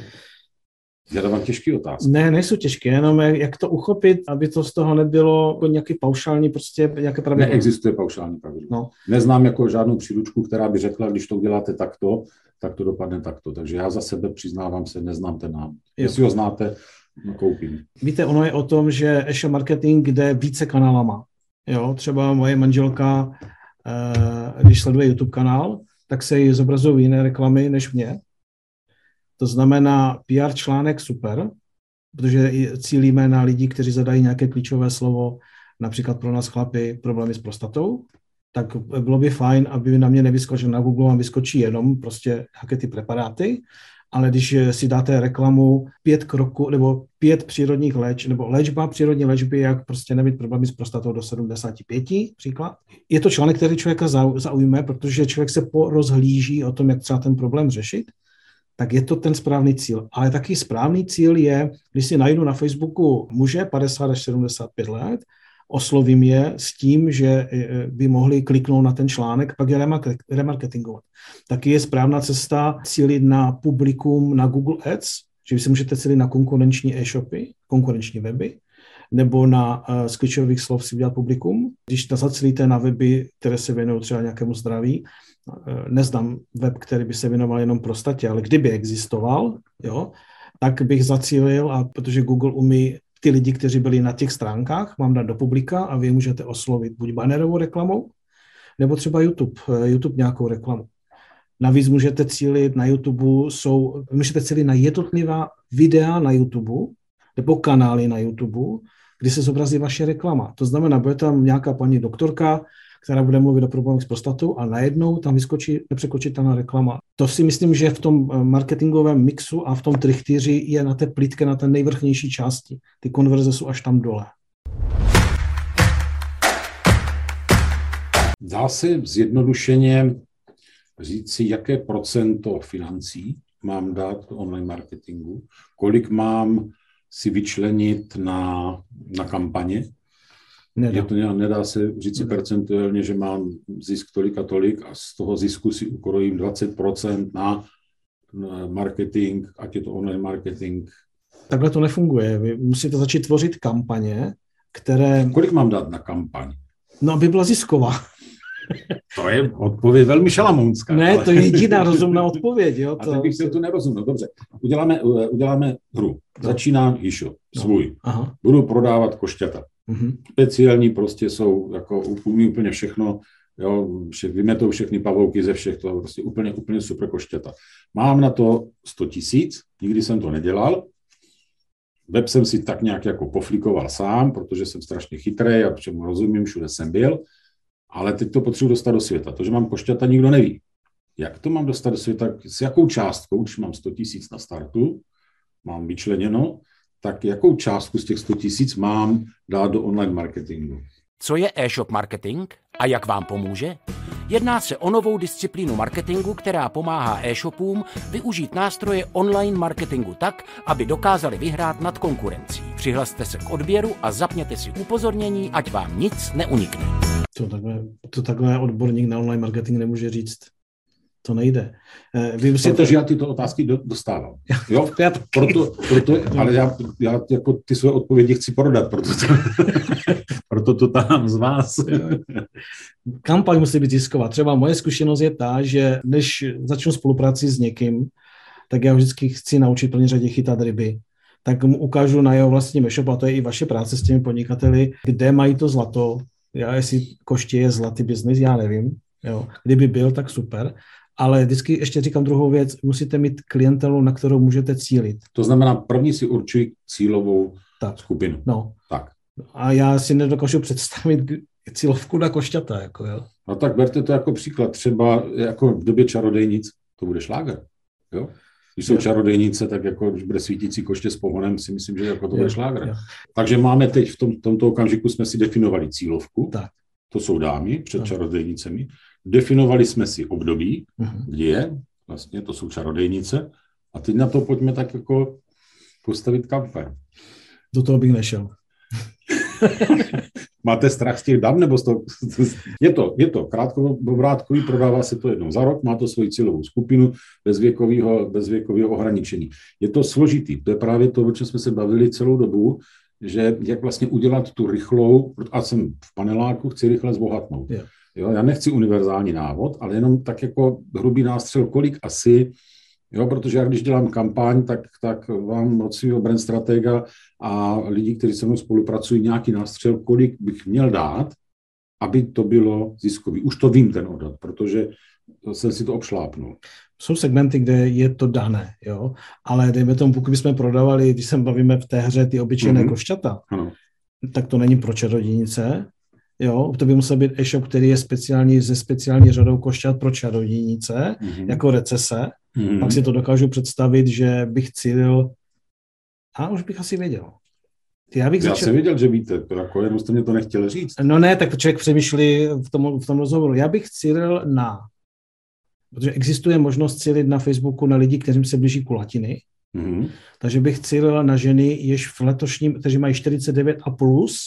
Já dávám těžký otázky. Ne, nejsou těžké, jenom jak to uchopit, aby to z toho nebylo jako nějaký paušální, prostě nějaké pravidlo. Neexistuje paušální pravidlo. No. Neznám jako žádnou příručku, která by řekla, když to uděláte takto, tak to dopadne takto. Takže já za sebe přiznávám se, neznám ten návod. Jestli ho znáte, no, koupím. Víte, ono je o tom, že e-shop marketing jde více kanálama. Jo, třeba moje manželka, když sleduje YouTube kanál, tak se jí zobrazují jiné reklamy než mě. To znamená P R článek super, protože cílíme na lidi, kteří zadají nějaké klíčové slovo, například pro nás chlapy problémy s prostatou, tak bylo by fajn, aby na mě nevyskočil na Google, vám vyskočí jenom prostě nějaké ty preparáty, ale když si dáte reklamu pět kroků, nebo pět přírodních léč, nebo léčba přírodní léčby, jak prostě nemít problémy s prostatou do sedmdesát pět, příklad. Je to článek, který člověka zaujme, protože člověk se porozhlíží o tom, jak třeba ten problém řešit, tak je to ten správný cíl. Ale taky správný cíl je, když si najdu na Facebooku muže padesát až sedmdesát pět let, oslovím je s tím, že by mohli kliknout na ten článek, pak je remarketingovat. Taky je správná cesta cílit na publikum na Google Ads, že vy si můžete cílit na konkurenční e-shopy, konkurenční weby, nebo na uh, z klíčových slov si udělat publikum. Když zacílíte na weby, které se věnují třeba nějakému zdraví, uh, neznám web, který by se věnoval jenom prostatě, ale kdyby existoval, jo, tak bych zacílil, a protože Google umí ty lidi, kteří byli na těch stránkách, mám dát do publika a vy můžete oslovit buď bannerovou reklamou, nebo třeba YouTube, YouTube nějakou reklamu. Navíc můžete cílit na YouTube, jsou, můžete cílit na jednotlivá videa na YouTube, nebo kanály na YouTube, kdy se zobrazí vaše reklama. To znamená, bude tam nějaká paní doktorka, která bude mluvit o problémech s prostatou a najednou tam vyskočí nepřekročitelná reklama. To si myslím, že v tom marketingovém mixu a v tom trichtýři je na té plítke, na té nejvrchnější části. Ty konverze jsou až tam dole. Dá se zjednodušeně říci, jaké procento financí mám dát do online marketingu, kolik mám si vyčlenit na, na kampaně. Nedá. Je to, nedá se říct si percentuálně, že mám zisk tolik a tolik a z toho zisku si ukrojím dvacet procent na, na marketing, ať je to online marketing. Takhle to nefunguje. Vy musíte začít tvořit kampaně, které... Kolik mám dát na kampaň? No, aby byla zisková. To je odpověď velmi šalamounská. Ne, ale... to je jediná rozumná odpověď. Jo, to... A teď bych se tu nerozuměl. Dobře, uděláme, uděláme hru. Začínám e-shop svůj. Aha. Budu prodávat košťata. Uh-huh. Speciální prostě jsou, jako umí úplně všechno, jo, vše, vymetou všechny pavouky ze všech, to prostě úplně, úplně super košťata. Mám na to sto tisíc, nikdy jsem to nedělal. Web jsem si tak nějak jako poflikoval sám, protože jsem strašně chytrý a všemu rozumím, všude jsem byl. Ale teď to potřebuji dostat do světa. To, že mám košťata, nikdo neví. Jak to mám dostat do světa? S jakou částkou, když mám sto tisíc na startu, mám vyčleněno, tak jakou částku z těch sto tisíc mám dát do online marketingu? Co je e-shop marketing a jak vám pomůže? Jedná se o novou disciplínu marketingu, která pomáhá e-shopům využít nástroje online marketingu tak, aby dokázali vyhrát nad konkurencí. Přihlaste se k odběru a zapněte si upozornění, ať vám nic neunikne. To takhle, to takhle odborník na online marketing nemůže říct. To nejde. Vy musíte... Protože já tyto otázky dostávám. Jo? Proto, proto, ale já, já jako ty své odpovědi chci prodat, proto to, proto to tam z vás. Kampaň musí být zisková. Třeba moje zkušenost je ta, že než začnu spolupráci s někým, tak já vždycky chci naučit plně řadě chytat ryby. Tak mu ukážu na jeho vlastním e-shopu, a to je i vaše práce s těmi podnikateli, kde mají to zlato. Já, jestli koště je zlatý biznis, já nevím. Jo. Kdyby byl, tak super. Ale vždycky ještě říkám druhou věc, musíte mít klientelu, na kterou můžete cílit. To znamená, první si určují cílovou tak. skupinu. No. Tak. A já si nedokážu představit cílovku na košťata. Jako, jo. No tak berte to jako příklad. Třeba jako v době čarodejnic, to bude šláger. Jo? Když jsou jo. čarodejnice, tak jako když bude svítící koště s pohonem, si myslím, že jako to bude šláger. Jo. Takže máme teď v tom, tomto okamžiku jsme si definovali cílovku. Tak. To jsou dámy před tak. čarodejnicemi. Definovali jsme si období, uh-huh. kdy je, vlastně to jsou čarodejnice, a teď na to pojďme tak jako postavit kampaň. Do toho bych nešel. Máte strach z těch dám, nebo z toho? Je to, je to krátkovrátkový, prodává se to jednou za rok, má to svoji cílovou skupinu bez věkového, bez věkového ohraničení. Je to složitý, to je právě to, o čem jsme se bavili celou dobu, že jak vlastně udělat tu rychlou, a jsem v paneláku, chci rychle zbohatnout. Yeah. Jo, já nechci univerzální návod, ale jenom tak jako hrubý nástřel, kolik asi, jo, protože já když dělám kampaň, tak, tak vám od svého brand stratega a lidí, kteří se mnou spolupracují, nějaký nástřel, kolik bych měl dát, aby to bylo ziskový. Už to vím ten odhad, protože jsem si to obšlápnul. Jsou segmenty, kde je to dané, jo, ale dejme tomu, pokud bychom prodávali, když se bavíme v té hře ty obyčejné mm-hmm. košťata, ano. tak to není pro čarodějnice. Jo, to by musel být e-shop, který je speciální se speciální řadou košťat pro čarodějnice, mm-hmm. jako recese. Mm-hmm. Pak si to dokážu představit, že bych cílil, a už bych asi věděl. Já, bych Já začal... jsem věděl, že víte, to jako jenom jste mě to nechtěl říct. No ne, tak to člověk přemýšlí v tom, v tom rozhovoru. Já bych cílil na, protože existuje možnost cílit na Facebooku na lidi, kterým se blíží kulatiny, mm-hmm. takže bych cílil na ženy, jež v letošním, kteří mají čtyřicet devět a plus,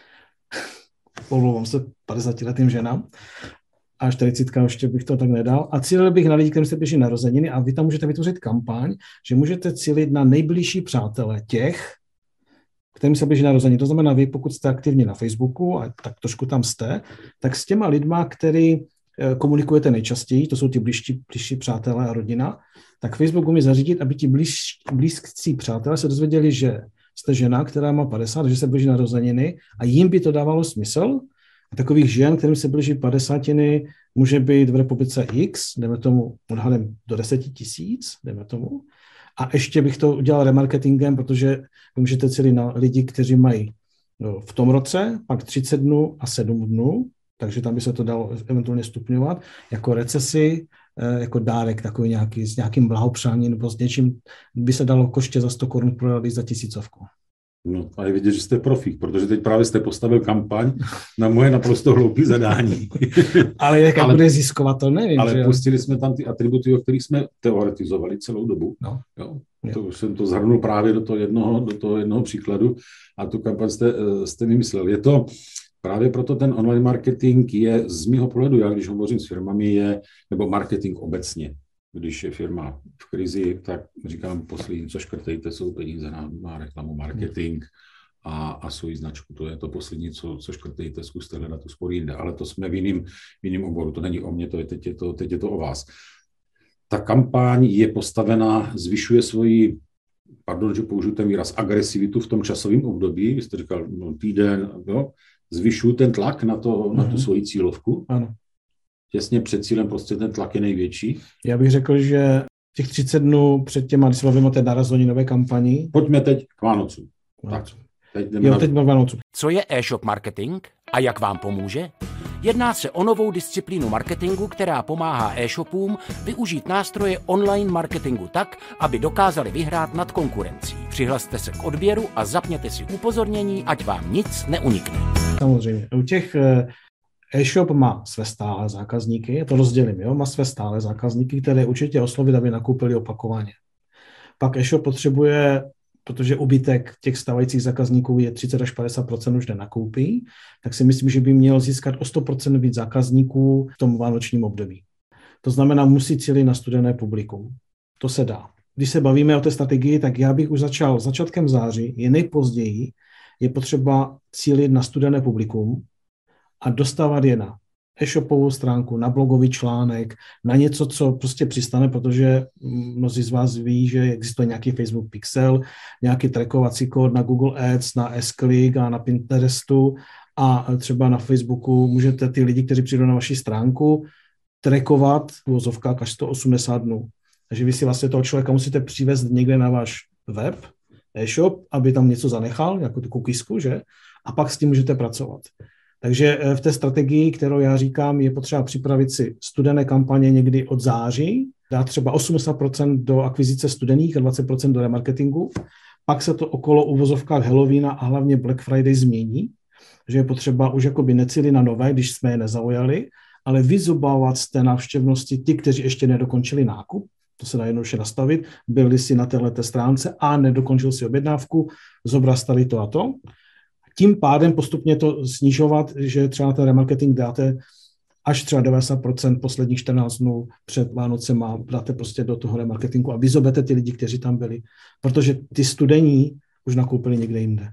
omlouvám se padesátiletým ženám, a čtyřicítka ještě bych to tak nedal. A cílil bych na lidi, kterým se blíží narozeniny, a vy tam můžete vytvořit kampaň, že můžete cílit na nejbližší přátele těch, kterým se blíží narozeniny. To znamená, vy pokud jste aktivní na Facebooku, a tak trošku tam jste, tak s těma lidma, který komunikujete nejčastěji, to jsou ty blížší, blížší přátelé a rodina, tak Facebook umí zařídit, aby ti blíž, blízcí přátelé se dozvěděli, že jste žena, která má padesát, že se blíží narozeniny, a jim by to dávalo smysl. A takových žen, kterým se blíží padesátiny, může být v republice X, jdeme tomu odhadem do deset tisíc, jdeme tomu. A ještě bych to udělal remarketingem, protože vy můžete cílit na lidi, kteří mají no, v tom roce, pak třicet dnů a sedm dnů, takže tam by se to dalo eventuálně stupňovat, jako recesi, jako dárek takový nějaký, s nějakým blahopřáním nebo s něčím by se dalo koště za sto korun prodat za tisícovku. No a je vidět, že jste profík, protože teď právě jste postavil kampaň na moje naprosto hloupé zadání. Ale jak ale, bude ziskovat, to nevím. Ale že pustili jsme tam ty atributy, o kterých jsme teoretizovali celou dobu. No. Jo. To už jsem to zhrnul právě do toho jednoho, do toho jednoho příkladu a tu kampaň jste, jste vymyslel. Je to právě proto ten online marketing je z mého pohledu, já když hovořím s firmami, je, nebo marketing obecně. Když je firma v krizi, tak říkám, poslední, co škrtejte, jsou peníze na, na reklamu, marketing a, a svoji značku. To je to poslední, co, co škrtejte, zkuste hledat úspory jinde. Ale to jsme v jiném, v jiném oboru. To není o mně, to je, teď, je to, teď je to o vás. Ta kampaň je postavená, zvyšuje svoji, pardon, že použiju ten výraz, agresivitu v tom časovém období. Vy jste říkal, no, týden, jo, zvyšuju ten tlak na, to, mm-hmm. na tu svoji cílovku. Ano. Těsně před cílem prostě ten tlak je největší. Já bych řekl, že těch třicet dnů před těma, když se bavíme o té nárazhoninové kampani. Pojďme teď k Vánocům. Tak, teď jdeme jo, na... teď na Vánocům. Co je e-shop marketing a jak vám pomůže? Jedná se o novou disciplínu marketingu, která pomáhá e-shopům využít nástroje online marketingu tak, aby dokázali vyhrát nad konkurencí. Přihlaste se k odběru a zapněte si upozornění, ať vám nic neunikne. Samozřejmě. U těch e-shop má své stále zákazníky, je to rozdělím, jo? Má své stále zákazníky, které určitě oslovit, aby nakoupili opakovaně. Pak e-shop potřebuje, protože ubytek těch stávajících zákazníků je třicet až padesát procent už nenakoupí, tak si myslím, že by měl získat o sto procent víc zákazníků v tom vánočním období. To znamená, musí cílit na studené publikum. To se dá. Když se bavíme o té strategii, tak já bych už začal začátkem září, je nejpozději, je potřeba cílit na studené publikum a dostávat je na e-shopovou stránku, na blogový článek, na něco, co prostě přistane, protože mnozí z vás ví, že existuje nějaký Facebook Pixel, nějaký trackovací kód na Google Ads, na S-Click a na Pinterestu a třeba na Facebooku můžete ty lidi, kteří přijdou na vaši stránku, trackovat v uvozovkách až sto osmdesát dnů. Takže vy si vlastně toho člověka musíte přivést někde na váš web, e-shop, aby tam něco zanechal, nějakou tu cookiesku, že? A pak s tím můžete pracovat. Takže v té strategii, kterou já říkám, je potřeba připravit si studené kampaně někdy od září, dát třeba osmdesát procent do akvizice studených a dvacet procent do remarketingu. Pak se to okolo uvozovkách Halloweena a hlavně Black Friday změní, že je potřeba už jakoby necílit na nové, když jsme je nezaujali, ale vyzobávat z té návštěvnosti ty, kteří ještě nedokončili nákup. To se dá jednoduše nastavit. Byli si na téhleté stránce a nedokončil si objednávku, zobraz tady to a to. Tím pádem postupně to snižovat, že třeba na ten remarketing dáte až třeba devadesát procent posledních čtrnáct dnů před Vánocema dáte prostě do toho remarketingu a vyzobete ty lidi, kteří tam byli. Protože ty studení už nakoupili někde jinde.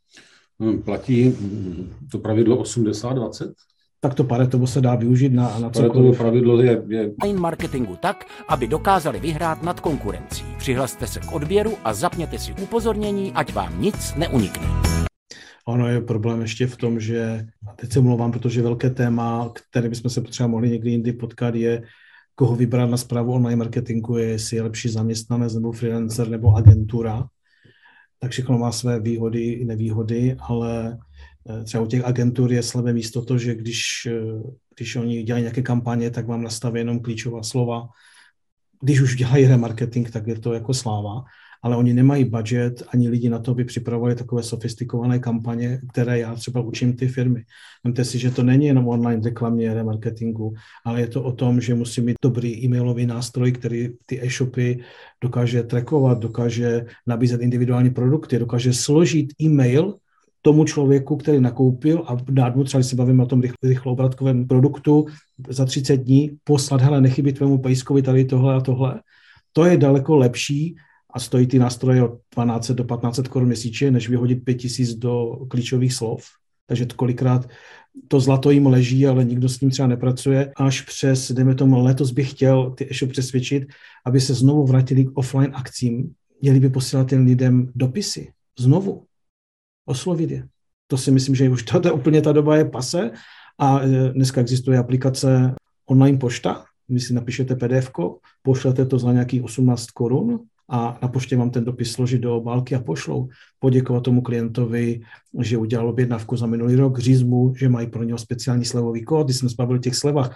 Platí to pravidlo osmdesát dvacet? Tak to Paretovo se dá využít na, na cokoliv. Paretovo pravidlo je, je... online marketingu tak, aby dokázali vyhrát nad konkurencí. Přihlaste se k odběru a zapněte si upozornění, ať vám nic neunikne. Ono je problém ještě v tom, že, a teď se mluvám, protože velké téma, které bychom se třeba mohli někdy jindy potkat, je, koho vybrat na správu online marketingu, je, jestli je lepší zaměstnanec nebo freelancer nebo agentura. Tak všechno má své výhody i nevýhody, ale třeba u těch agentur je slabé místo to, že když, když oni dělají nějaké kampaně, tak vám nastaví jenom klíčová slova. Když už dělají remarketing, tak je to jako sláva. Ale oni nemají budget ani lidi na to, aby připravovali takové sofistikované kampaně, které já třeba učím ty firmy. Vemte si, že to není jenom online reklamě, remarketingu, ale je to o tom, že musí mít dobrý e-mailový nástroj, který ty e-shopy dokáže trackovat, dokáže nabízet individuální produkty, dokáže složit e-mail tomu člověku, který nakoupil a dát mu, třeba když se bavíme o tom rychloobratkovém produktu, za třicet dní poslat, hele, nechybí tvému pejskovi tady tohle a tohle. To je daleko lepší, a stojí ty nástroje od dvanáct do patnáct korun měsíčně, než vyhodit pět tisíc do klíčových slov. Takže kolikrát to zlato jim leží, ale nikdo s ním třeba nepracuje. Až přes, dejme tomu, letos bych chtěl ty e-shop přesvědčit, aby se znovu vrátili k offline akcím. Měli by posílat těm lidem dopisy. Znovu. Oslovit je. To si myslím, že už to, to úplně ta doba je pase. A dneska existuje aplikace online pošta. Vy si napíšete pé dé efko, pošlete to za nějakých osmnáct korun, a na poště vám ten dopis složit do obálky a pošlou. Poděkovat tomu klientovi, že udělal objednávku za minulý rok, říct mu, že mají pro něho speciální slevový kód. Když jsme se bavili o těch slevách,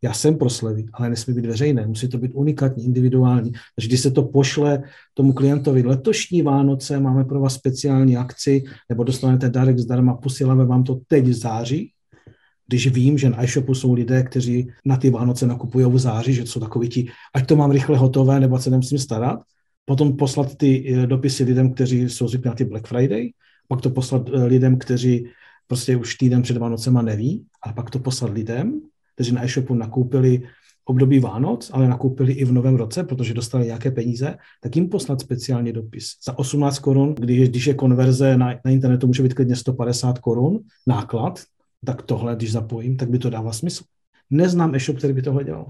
Já jsem pro slevy, ale nesmí být veřejné, musí to být unikátní, individuální. Takže když se to pošle tomu klientovi, letošní Vánoce máme pro vás speciální akci, nebo dostanete dárek zdarma, posíláme vám to teď v září, když vím, že na e-shopu jsou lidé, kteří na ty Vánoce nakupují v září, že jsou takoví ti, ať to mám rychle hotové, nebo se nemusím starat, potom poslat ty dopisy lidem, kteří jsou zvyklí na ty Black Friday, pak to poslat lidem, kteří prostě už týden před Vánocema neví, a pak to poslat lidem, kteří na e-shopu nakoupili období Vánoc, ale nakoupili i v novém roce, protože dostali nějaké peníze, tak jim poslat speciální dopis. Za osmnáct korun, když, když je konverze na, na internetu, může být klidně sto padesát korun náklad, tak tohle, když zapojím, tak by to dává smysl. Neznám e-shop, který by tohle dělal.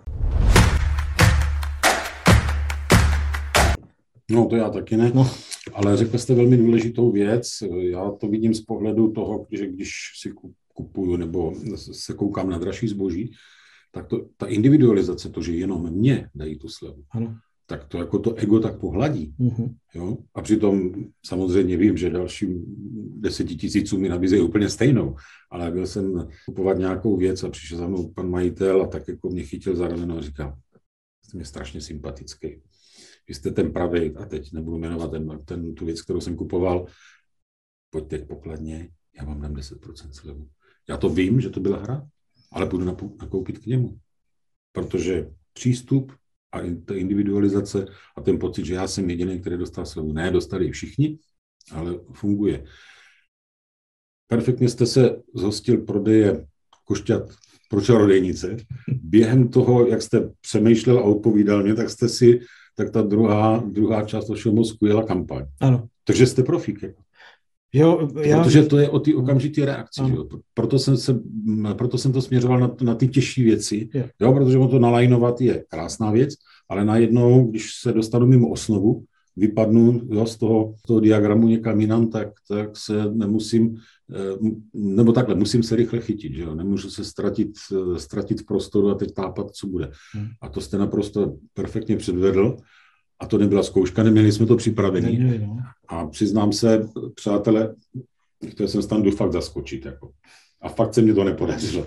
No, to já taky ne. No. Ale řekl jste velmi důležitou věc. Já to vidím z pohledu toho, že když si kupuju nebo se koukám na dražší zboží, tak to, ta individualizace, to, že jenom mě dají tu slevu, ano. tak to jako to ego tak pohladí. Uh-huh. Jo? A přitom samozřejmě vím, že dalším deseti tisícům mi nabízejí úplně stejnou, ale byl jsem kupovat nějakou věc a přišel za mnou pan majitel a tak jako mě chytil za rameno a říkal, jste mě strašně sympatický. Vy jste ten pravý, a teď nebudu jmenovat ten, ten, tu věc, kterou jsem kupoval, pojďte k pokladně, já vám dám deset procent slevu. Já to vím, že to byla hra, ale půjdu nakoupit k němu. Protože přístup a ta individualizace a ten pocit, že já jsem jediný, který dostal slevu. Ne, dostali i všichni, ale funguje. Perfektně jste se zhostil prodeje košťat pro čarodejnice. Během toho, jak jste přemýšlel a odpovídal mě, tak jste si, tak ta druhá, druhá část vašeho mozku jela kampaň. Ano. Takže jste profík. Jako. Jo, já... Protože to je o ty okamžitý reakci. Jo. Proto, jsem se, proto jsem to směřoval na, na ty těžší věci, jo. Jo, protože on to nalajnovat je krásná věc, ale najednou, když se dostanu mimo osnovu, vypadnu jo, z, toho, z toho diagramu někam jinam, tak, tak se nemusím, nebo takhle, musím se rychle chytit, že jo? Nemůžu se ztratit, ztratit v prostoru a teď tápat, co bude. Hmm. A to jste naprosto perfektně předvedl. A to nebyla zkouška, neměli jsme to připravený. Ne, ne, ne. A přiznám se, přátelé, chtěl jsem standu fakt zaskočit. Jako. A fakt se mě to nepodařilo.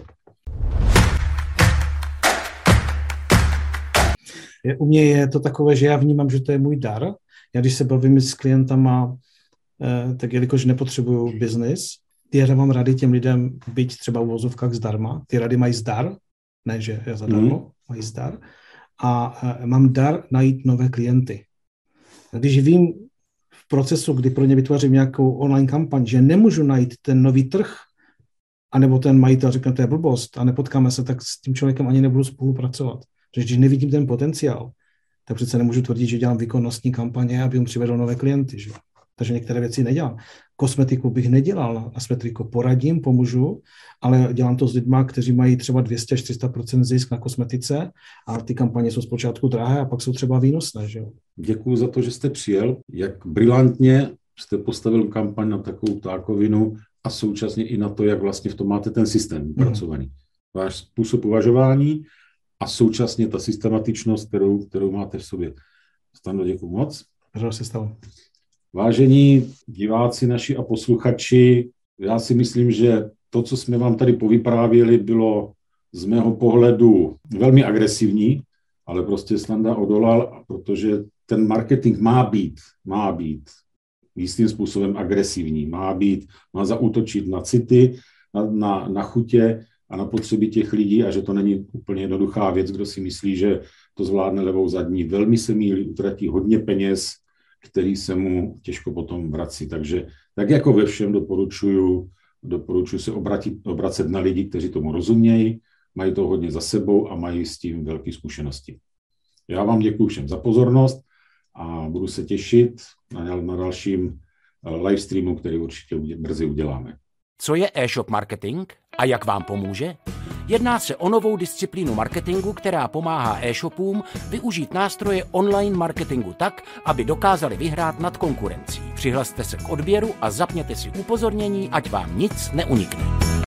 U mě je to takové, že já vnímám, že to je můj dar. Já když se bavím s klientama, tak jelikož nepotřebuju biznis, ty mám rady těm lidem být třeba v uvozovkách zdarma. Ty rady mají zdar, ne, že je zadarmo, mm. mají zdar. A mám dar najít nové klienty. Když vím v procesu, kdy pro ně vytvořím nějakou online kampaň, že nemůžu najít ten nový trh, anebo ten majitel řekne, to je blbost a nepotkáme se, tak s tím člověkem ani nebudu spolupracovat. Protože když nevidím ten potenciál, tak přece nemůžu tvrdit, že dělám výkonnostní kampaně, aby jim přivedl nové klienty. Že? Takže některé věci nedělám. Kosmetiku bych nedělal na Smetrico. Poradím, pomůžu, ale dělám to s lidma, kteří mají třeba dvě stě až tři sta procent zisk na kosmetice a ty kampaně jsou zpočátku drahé a pak jsou třeba výnosné. Že jo? Děkuju za to, že jste přijel. Jak brilantně jste postavil kampaň na takovou ptákovinu a současně i na to, jak vlastně v tom máte ten systém mm. pracovaný. Váš způsob uvažování a současně ta systematičnost, kterou, kterou máte v sobě. Stando, děkuju moc. Řada se stalo. Vážení diváci naši a posluchači, já si myslím, že to, co jsme vám tady povyprávěli, bylo z mého pohledu velmi agresivní, ale prostě Standa odolal, protože ten marketing má být, má být jistým způsobem agresivní, má být, má zaútočit na city, na, na, na chutě a na potřeby těch lidí a že to není úplně jednoduchá věc, kdo si myslí, že to zvládne levou zadní. Velmi se mílí, utratí hodně peněz, který se mu těžko potom vrací. Takže tak jako ve všem doporučuji, doporučuji se obratit, obracet na lidi, kteří tomu rozumějí, mají to hodně za sebou a mají s tím velké zkušenosti. Já vám děkuji všem za pozornost a budu se těšit na, na dalším live streamu, který určitě brzy uděláme. Co je e-shop marketing a jak vám pomůže? Jedná se o novou disciplínu marketingu, která pomáhá e-shopům využít nástroje online marketingu tak, aby dokázali vyhrát nad konkurencí. Přihlaste se k odběru a zapněte si upozornění, ať vám nic neunikne.